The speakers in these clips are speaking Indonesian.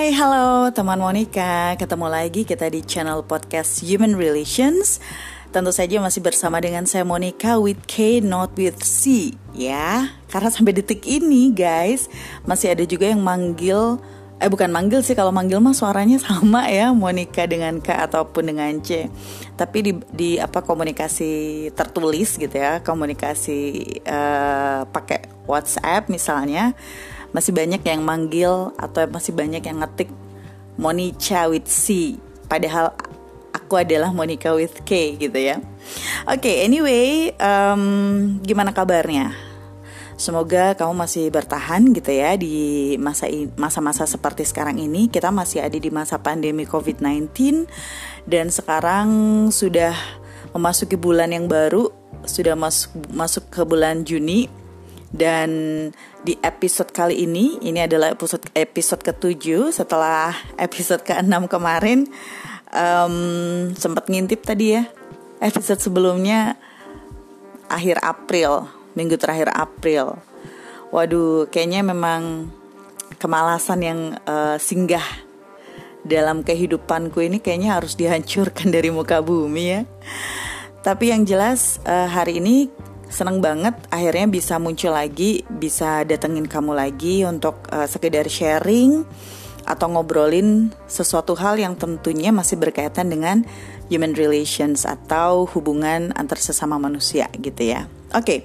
Hai, halo teman Monica. Ketemu lagi kita di channel podcast Human Relations. Tentu saja masih bersama dengan saya Monica with K, not with C. Ya, karena sampai detik ini guys masih ada juga yang manggil, bukan manggil sih, kalau manggil mah suaranya sama ya, Monica dengan K ataupun dengan C. Tapi di komunikasi tertulis gitu ya, komunikasi pakai WhatsApp misalnya, masih banyak yang manggil atau masih banyak yang ngetik Monica with C, padahal aku adalah Monica with K gitu ya. Oke, anyway, gimana kabarnya? Semoga kamu masih bertahan gitu ya di masa-masa seperti sekarang ini. Kita masih ada di masa pandemi COVID-19 dan sekarang sudah memasuki bulan yang baru, sudah masuk ke bulan Juni. Dan di episode kali ini adalah episode ke-7 setelah episode ke-6 kemarin. Sempat ngintip tadi ya, episode sebelumnya akhir April, minggu terakhir April. Waduh, kayaknya memang kemalasan yang singgah dalam kehidupanku ini kayaknya harus dihancurkan dari muka bumi ya. Tapi yang jelas hari ini seneng banget akhirnya bisa muncul lagi, bisa datengin kamu lagi untuk sekedar sharing atau ngobrolin sesuatu hal yang tentunya masih berkaitan dengan human relations atau hubungan antar sesama manusia gitu ya. Oke.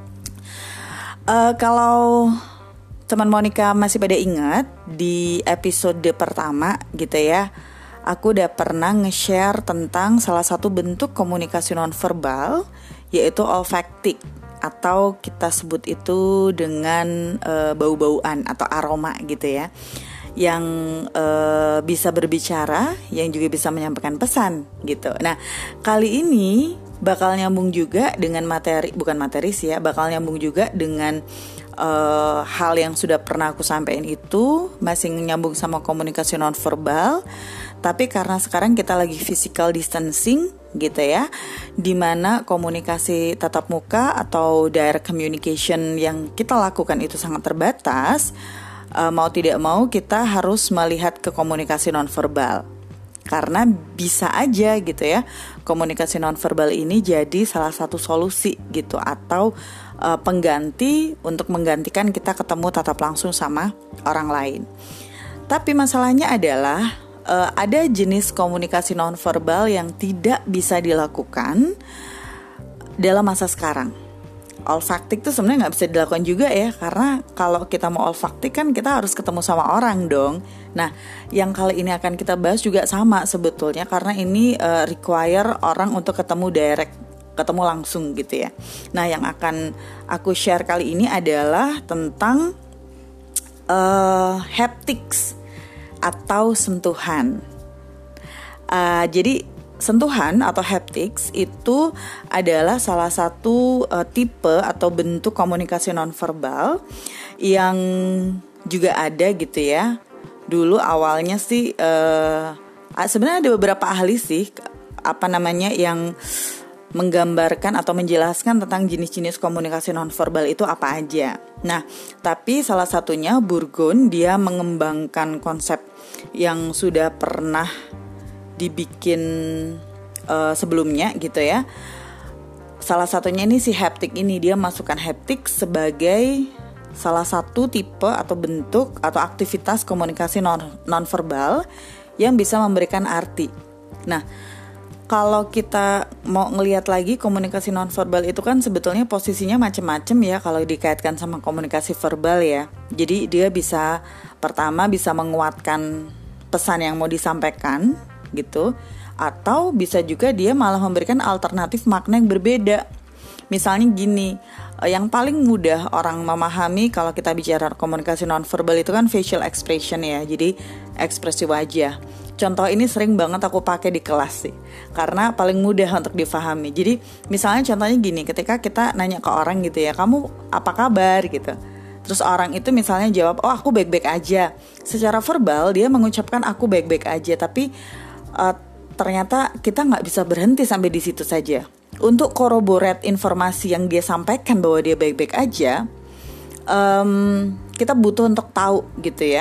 Kalau teman Monica masih pada ingat di episode pertama gitu ya, aku udah pernah nge-share tentang salah satu bentuk komunikasi nonverbal, yaitu olfaktik, atau kita sebut itu dengan bau-bauan atau aroma gitu ya, yang bisa berbicara, yang juga bisa menyampaikan pesan gitu. Nah, kali ini bakal nyambung juga dengan bakal nyambung juga dengan hal yang sudah pernah aku sampaikan, itu masih nyambung sama komunikasi nonverbal. Tapi karena sekarang kita lagi physical distancing gitu ya, dimana komunikasi tatap muka atau direct communication yang kita lakukan itu sangat terbatas, mau tidak mau kita harus melihat ke komunikasi nonverbal. Karena bisa aja gitu ya, komunikasi nonverbal ini jadi salah satu solusi gitu, atau pengganti untuk menggantikan kita ketemu tatap langsung sama orang lain. Tapi masalahnya adalah ada jenis komunikasi nonverbal yang tidak bisa dilakukan dalam masa sekarang. Olfaktik tuh sebenarnya nggak bisa dilakukan juga ya, karena kalau kita mau olfaktik kan kita harus ketemu sama orang dong. Nah, yang kali ini akan kita bahas juga sama sebetulnya, karena ini require orang untuk ketemu langsung gitu ya. Nah, yang akan aku share kali ini adalah tentang haptics atau sentuhan. Jadi sentuhan atau haptics itu adalah salah satu tipe atau bentuk komunikasi nonverbal yang juga ada gitu ya. Dulu awalnya sih sebenarnya ada beberapa ahli sih yang menggambarkan atau menjelaskan tentang jenis-jenis komunikasi nonverbal itu apa aja. Nah, tapi salah satunya Bourgogne, dia mengembangkan konsep yang sudah pernah dibikin sebelumnya gitu ya. Salah satunya ini si haptik ini, dia masukkan haptik sebagai salah satu tipe atau bentuk atau aktivitas komunikasi nonverbal yang bisa memberikan arti. Nah, kalau kita mau ngelihat lagi komunikasi nonverbal itu kan sebetulnya posisinya macam-macam ya kalau dikaitkan sama komunikasi verbal ya. Jadi dia bisa menguatkan pesan yang mau disampaikan gitu, atau bisa juga dia malah memberikan alternatif makna yang berbeda. Misalnya gini, yang paling mudah orang memahami kalau kita bicara komunikasi nonverbal itu kan facial expression ya, jadi ekspresi wajah. Contoh ini sering banget aku pakai di kelas sih, karena paling mudah untuk difahami. Jadi misalnya contohnya gini, ketika kita nanya ke orang gitu ya, kamu apa kabar gitu. Terus orang itu misalnya jawab, oh aku baik-baik aja. Secara verbal dia mengucapkan aku baik-baik aja, tapi ternyata kita nggak bisa berhenti sampai di situ saja. Untuk corroborate informasi yang dia sampaikan bahwa dia baik-baik aja, kita butuh untuk tahu gitu ya.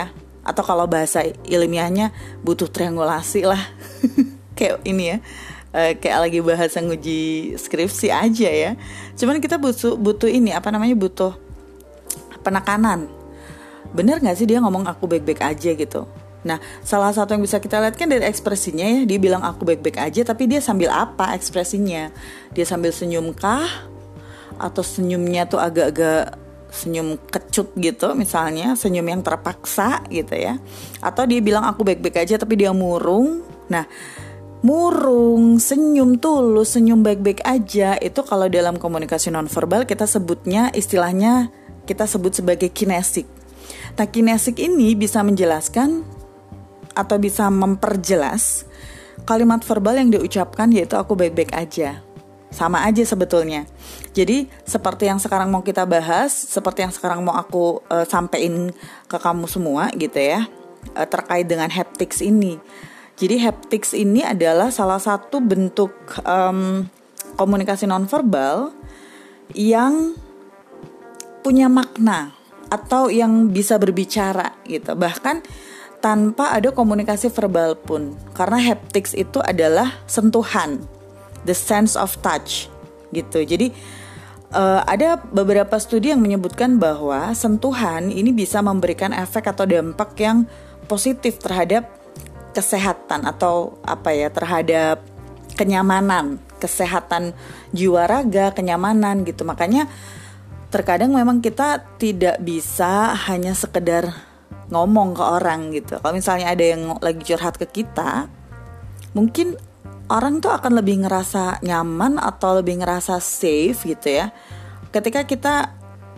Atau kalau bahasa ilmiahnya butuh triangulasi lah. Kayak ini ya, kayak lagi bahasa nguji skripsi aja ya. Cuman kita butuh ini butuh penekanan. Bener gak sih dia ngomong aku baik-baik aja gitu. Nah, salah satu yang bisa kita lihat kan dari ekspresinya ya. Dia bilang aku baik-baik aja, tapi dia sambil apa ekspresinya? Dia sambil senyum kah? Atau senyumnya tuh agak-agak senyum kecut gitu, misalnya senyum yang terpaksa gitu ya. Atau dia bilang aku baik-baik aja tapi dia murung. Nah, murung, senyum tulus, senyum baik-baik aja, itu kalau dalam komunikasi nonverbal kita sebutnya, istilahnya kita sebut sebagai kinesik. Nah, kinesik ini bisa menjelaskan atau bisa memperjelas kalimat verbal yang diucapkan, yaitu aku baik-baik aja. Sama aja sebetulnya. Jadi seperti yang sekarang mau kita bahas, seperti yang sekarang mau aku sampein ke kamu semua gitu ya, terkait dengan haptics ini. Jadi haptics ini adalah salah satu bentuk komunikasi nonverbal yang punya makna atau yang bisa berbicara gitu. Bahkan tanpa ada komunikasi verbal pun. Karena haptics itu adalah sentuhan, the sense of touch gitu. Jadi ada beberapa studi yang menyebutkan bahwa sentuhan ini bisa memberikan efek atau dampak yang positif terhadap kesehatan atau terhadap kenyamanan, kesehatan jiwa raga, kenyamanan gitu. Makanya terkadang memang kita tidak bisa hanya sekedar ngomong ke orang gitu. Kalau misalnya ada yang lagi curhat ke kita, mungkin orang tuh akan lebih ngerasa nyaman atau lebih ngerasa safe gitu ya, ketika kita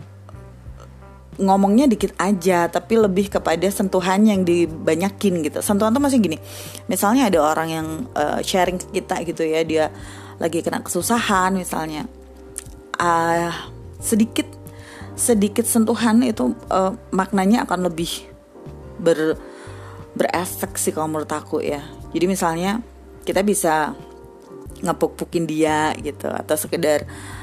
ngomongnya dikit aja tapi lebih kepada sentuhan yang dibanyakin gitu. Sentuhan tuh masih gini, misalnya ada orang yang sharing ke kita gitu ya, dia lagi kena kesusahan misalnya, sedikit sentuhan itu maknanya akan lebih berefek sih kalau menurut aku ya. Jadi misalnya kita bisa ngepuk-pukin dia gitu, atau sekedar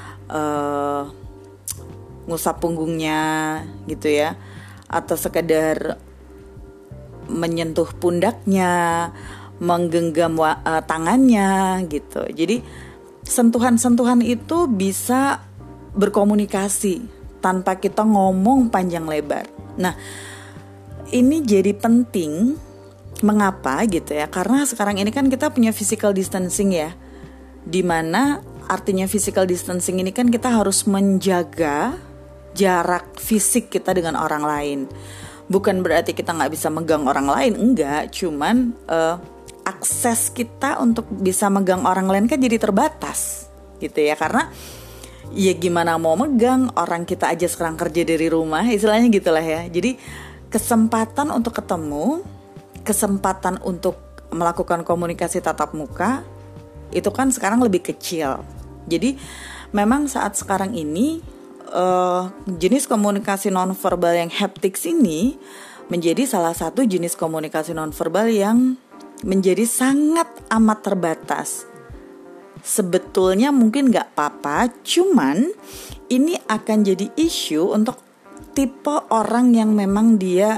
ngusap punggungnya gitu ya, atau sekedar menyentuh pundaknya, menggenggam tangannya gitu. Jadi sentuhan-sentuhan itu bisa berkomunikasi tanpa kita ngomong panjang lebar. Nah, ini jadi penting. Mengapa gitu ya? Karena sekarang ini kan kita punya physical distancing ya, dimana artinya physical distancing ini kan kita harus menjaga jarak fisik kita dengan orang lain. Bukan berarti kita gak bisa megang orang lain, enggak. Cuman akses kita untuk bisa megang orang lain kan jadi terbatas gitu ya. Karena ya gimana mau megang orang kita aja sekarang kerja dari rumah, istilahnya gitulah ya. Jadi kesempatan untuk ketemu, kesempatan untuk melakukan komunikasi tatap muka itu kan sekarang lebih kecil. Jadi memang saat sekarang ini jenis komunikasi nonverbal yang haptics ini menjadi salah satu jenis komunikasi nonverbal yang menjadi sangat amat terbatas. Sebetulnya mungkin gak apa-apa, cuman ini akan jadi isu untuk tipe orang yang memang dia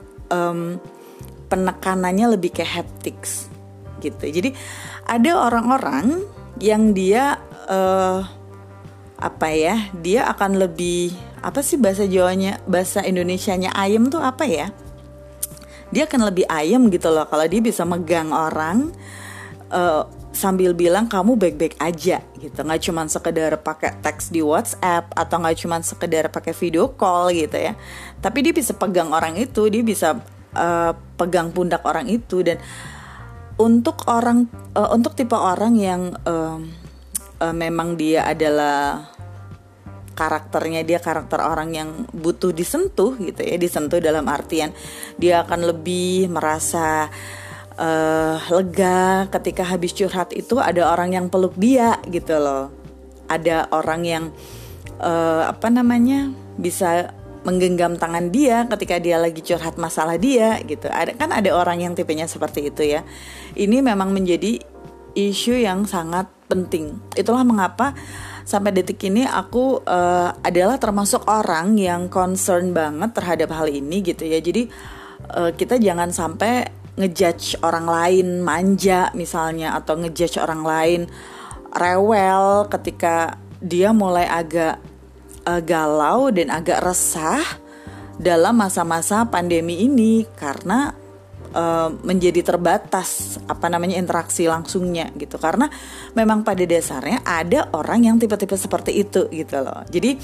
penekanannya lebih ke haptics gitu. Jadi ada orang-orang yang dia dia akan lebih bahasa Jawanya, bahasa Indonesianya ayem tuh apa ya? Dia akan lebih ayem gitu loh kalau dia bisa megang orang sambil bilang kamu baik-baik aja gitu. Nggak cuma sekedar pakai teks di WhatsApp atau nggak cuma sekedar pakai video call gitu ya. Tapi dia bisa pegang orang itu, dia bisa pegang pundak orang itu. Dan untuk tipe orang yang memang dia adalah karakternya, dia karakter orang yang butuh disentuh gitu ya. Disentuh dalam artian dia akan lebih merasa lega ketika habis curhat itu ada orang yang peluk dia gitu loh. Ada orang yang bisa menggenggam tangan dia ketika dia lagi curhat masalah dia gitu. Ada orang yang tipenya seperti itu ya. Ini memang menjadi isu yang sangat penting. Itulah mengapa sampai detik ini aku adalah termasuk orang yang concern banget terhadap hal ini gitu ya. Jadi kita jangan sampai ngejudge orang lain manja misalnya, atau ngejudge orang lain rewel ketika dia mulai agak galau dan agak resah dalam masa-masa pandemi ini, karena menjadi terbatas interaksi langsungnya gitu. Karena memang pada dasarnya ada orang yang tipe-tipe seperti itu gitu loh. Jadi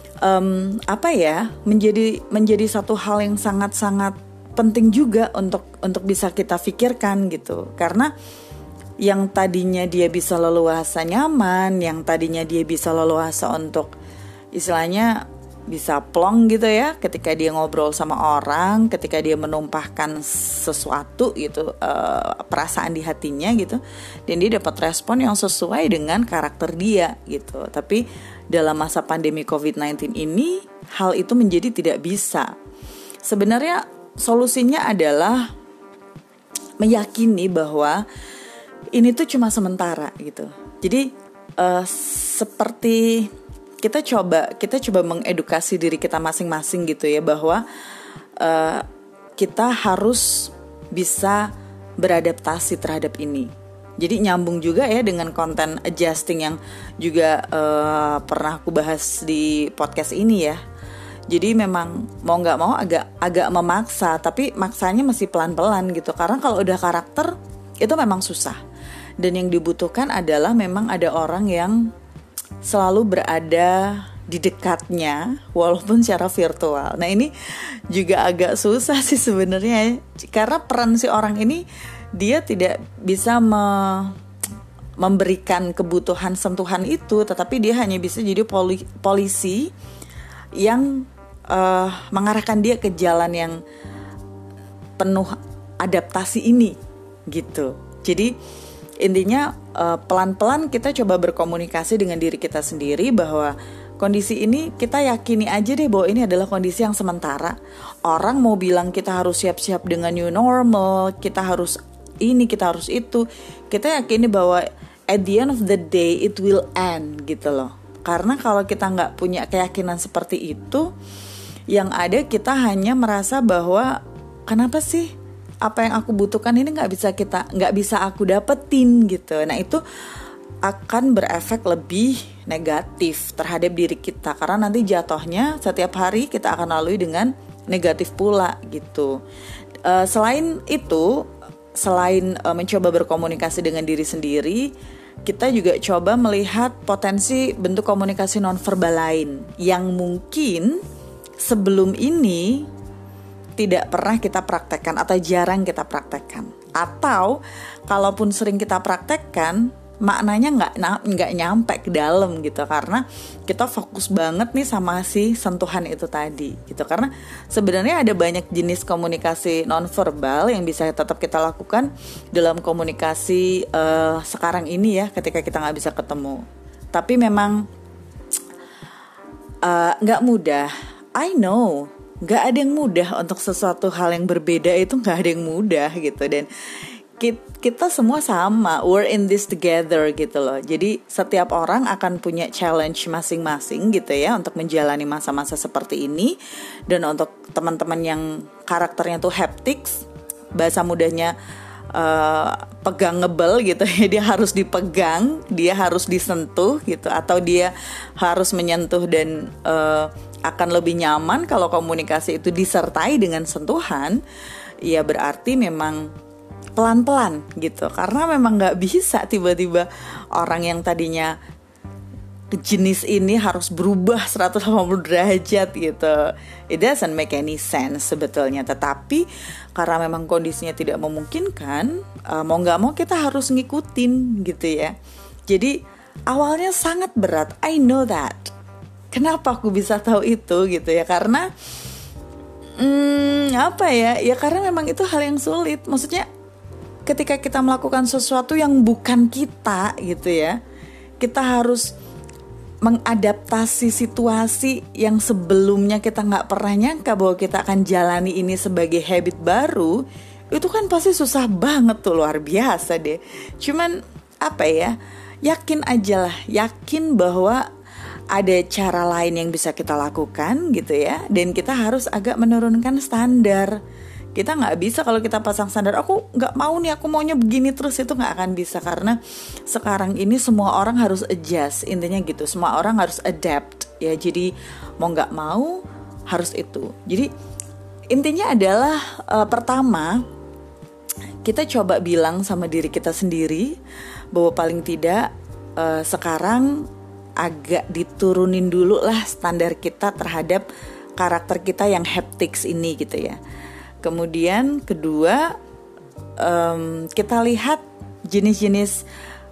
menjadi satu hal yang sangat-sangat penting juga untuk bisa kita pikirkan gitu. Karena yang tadinya dia bisa leluasa nyaman, yang tadinya dia bisa leluasa untuk istilahnya bisa plong gitu ya, ketika dia ngobrol sama orang, ketika dia menumpahkan sesuatu gitu, perasaan di hatinya gitu, dan dia dapat respon yang sesuai dengan karakter dia gitu. Tapi dalam masa pandemi COVID-19 ini, hal itu menjadi tidak bisa. Sebenarnya solusinya adalah meyakini bahwa ini tuh cuma sementara gitu. Jadi seperti kita coba mengedukasi diri kita masing-masing gitu ya, bahwa kita harus bisa beradaptasi terhadap ini. Jadi nyambung juga ya dengan konten adjusting yang juga pernah aku bahas di podcast ini ya. Jadi memang mau nggak mau agak memaksa, tapi maksanya masih pelan-pelan gitu. Karena kalau udah karakter itu memang susah. Dan yang dibutuhkan adalah memang ada orang yang selalu berada di dekatnya walaupun secara virtual. Nah ini juga agak susah sih sebenarnya, karena peran si orang ini dia tidak bisa memberikan kebutuhan sentuhan itu, tetapi dia hanya bisa jadi polisi yang mengarahkan dia ke jalan yang penuh adaptasi ini gitu. Jadi intinya pelan-pelan kita coba berkomunikasi dengan diri kita sendiri bahwa kondisi ini kita yakini aja deh bahwa ini adalah kondisi yang sementara. Orang mau bilang kita harus siap-siap dengan new normal, kita harus ini, kita harus itu, kita yakini bahwa at the end of the day it will end gitu loh. Karena kalau kita nggak punya keyakinan seperti itu, yang ada kita hanya merasa bahwa kenapa sih apa yang aku butuhkan ini nggak bisa aku dapetin gitu. Nah itu akan berefek lebih negatif terhadap diri kita, karena nanti jatuhnya setiap hari kita akan lalui dengan negatif pula gitu. Selain itu, selain mencoba berkomunikasi dengan diri sendiri, kita juga coba melihat potensi bentuk komunikasi nonverbal lain yang mungkin sebelum ini tidak pernah kita praktekkan atau jarang kita praktekkan, atau kalaupun sering kita praktekkan maknanya nggak nyampe ke dalam gitu, karena kita fokus banget nih sama si sentuhan itu tadi gitu. Karena sebenarnya ada banyak jenis komunikasi nonverbal yang bisa tetap kita lakukan dalam komunikasi sekarang ini ya, ketika kita nggak bisa ketemu. Tapi memang nggak mudah. I know, nggak ada yang mudah untuk sesuatu hal yang berbeda, itu nggak ada yang mudah gitu. Dan kita semua sama, we're in this together gitu loh. Jadi setiap orang akan punya challenge masing-masing gitu ya untuk menjalani masa-masa seperti ini. Dan untuk teman-teman yang karakternya tuh haptics, bahasa mudahnya peganggable gitu ya, dia harus dipegang, dia harus disentuh gitu, atau dia harus menyentuh dan akan lebih nyaman kalau komunikasi itu disertai dengan sentuhan. Ya berarti memang pelan-pelan gitu, karena memang nggak bisa tiba-tiba orang yang tadinya jenis ini harus berubah 180 derajat gitu. It doesn't make any sense sebetulnya. Tetapi karena memang kondisinya tidak memungkinkan, mau nggak mau kita harus ngikutin gitu ya. Jadi awalnya sangat berat, I know that. Kenapa aku bisa tahu itu gitu ya, karena ya karena memang itu hal yang sulit. Maksudnya ketika kita melakukan sesuatu yang bukan kita gitu ya, kita harus mengadaptasi situasi yang sebelumnya kita gak pernah nyangka bahwa kita akan jalani ini sebagai habit baru. Itu kan pasti susah banget tuh, luar biasa deh. Cuman yakin aja lah, yakin bahwa ada cara lain yang bisa kita lakukan gitu ya. Dan kita harus agak menurunkan standar. Kita nggak bisa kalau kita pasang standar, aku nggak mau nih, aku maunya begini terus, itu nggak akan bisa. Karena sekarang ini semua orang harus adjust, intinya gitu, semua orang harus adapt ya. Jadi mau nggak mau harus itu. Jadi intinya adalah pertama, kita coba bilang sama diri kita sendiri bahwa paling tidak sekarang agak diturunin dulu lah standar kita terhadap karakter kita yang haptics ini gitu ya. Kemudian kedua, kita lihat jenis-jenis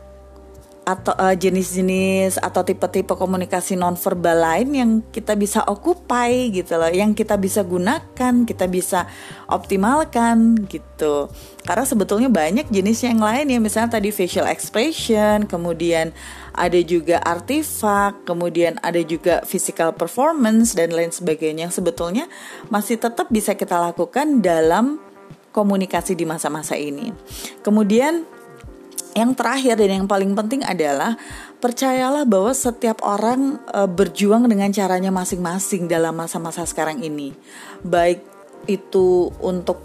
atau tipe-tipe komunikasi nonverbal lain yang kita bisa occupy gitu loh, yang kita bisa gunakan, kita bisa optimalkan gitu. Karena sebetulnya banyak jenis yang lain ya, misalnya tadi facial expression, kemudian ada juga artifak, kemudian ada juga physical performance dan lain sebagainya, yang sebetulnya masih tetap bisa kita lakukan dalam komunikasi di masa-masa ini. Kemudian yang terakhir dan yang paling penting adalah percayalah bahwa setiap orang berjuang dengan caranya masing-masing dalam masa-masa sekarang ini. Baik itu untuk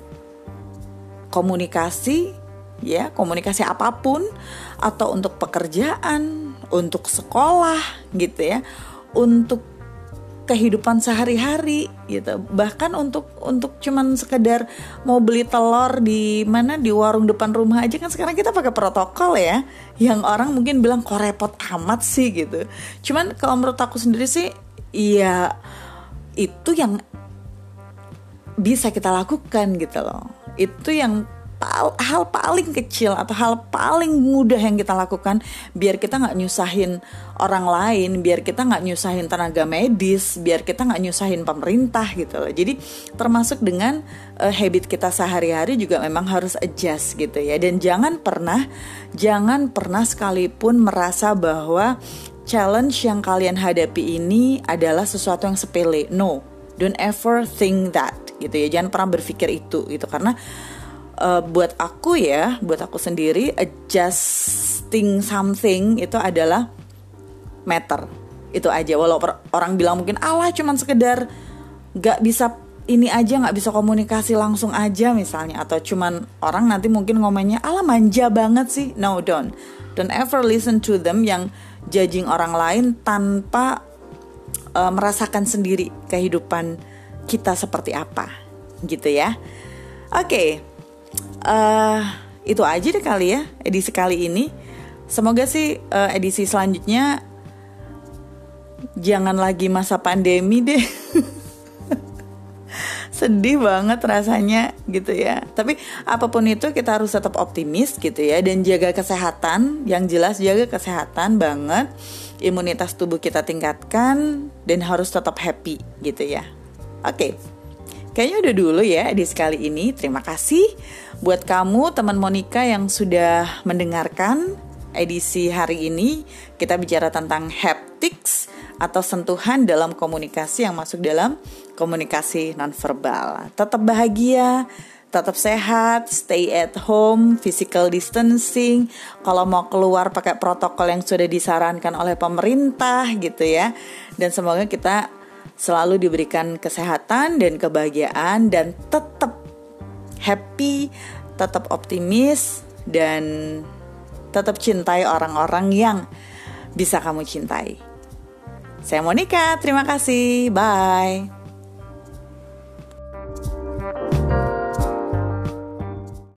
komunikasi, ya, komunikasi apapun, atau untuk pekerjaan, untuk sekolah gitu ya, untuk kehidupan sehari-hari gitu. Bahkan untuk cuman sekedar mau beli telur di warung depan rumah aja kan sekarang kita pakai protokol ya. Yang orang mungkin bilang kok repot amat sih gitu. Cuman kalau menurut aku sendiri sih, ya itu yang bisa kita lakukan gitu loh. Itu yang hal paling kecil atau hal paling mudah yang kita lakukan biar kita nggak nyusahin orang lain, biar kita nggak nyusahin tenaga medis, biar kita nggak nyusahin pemerintah gitu loh. Jadi termasuk dengan habit kita sehari-hari juga memang harus adjust gitu ya. Dan jangan pernah sekalipun merasa bahwa challenge yang kalian hadapi ini adalah sesuatu yang sepele. No, don't ever think that gitu ya. Jangan pernah berpikir itu gitu, karena buat aku sendiri, adjusting something itu adalah matter. Itu aja. Walau orang bilang mungkin cuman sekedar gak bisa ini aja, gak bisa komunikasi langsung aja misalnya, atau cuman orang nanti mungkin ngomennya manja banget sih. No, don't ever listen to them yang judging orang lain tanpa merasakan sendiri kehidupan kita seperti apa gitu ya. Oke. Itu aja deh kali ya edisi kali ini. Semoga sih edisi selanjutnya jangan lagi masa pandemi deh. Sedih banget rasanya gitu ya. Tapi apapun itu kita harus tetap optimis gitu ya, dan jaga kesehatan. Yang jelas jaga kesehatan banget. Imunitas tubuh kita tingkatkan dan harus tetap happy gitu ya. Oke. Kayaknya udah dulu ya edisi kali ini. Terima kasih buat kamu teman Monica yang sudah mendengarkan edisi hari ini. Kita bicara tentang haptics atau sentuhan dalam komunikasi yang masuk dalam komunikasi nonverbal. Tetap bahagia, tetap sehat, stay at home, physical distancing. Kalau mau keluar pakai protokol yang sudah disarankan oleh pemerintah gitu ya. Dan semoga kita selalu diberikan kesehatan dan kebahagiaan, dan tetap happy, tetap optimis, dan tetap cintai orang-orang yang bisa kamu cintai. Saya Monica, terima kasih, bye.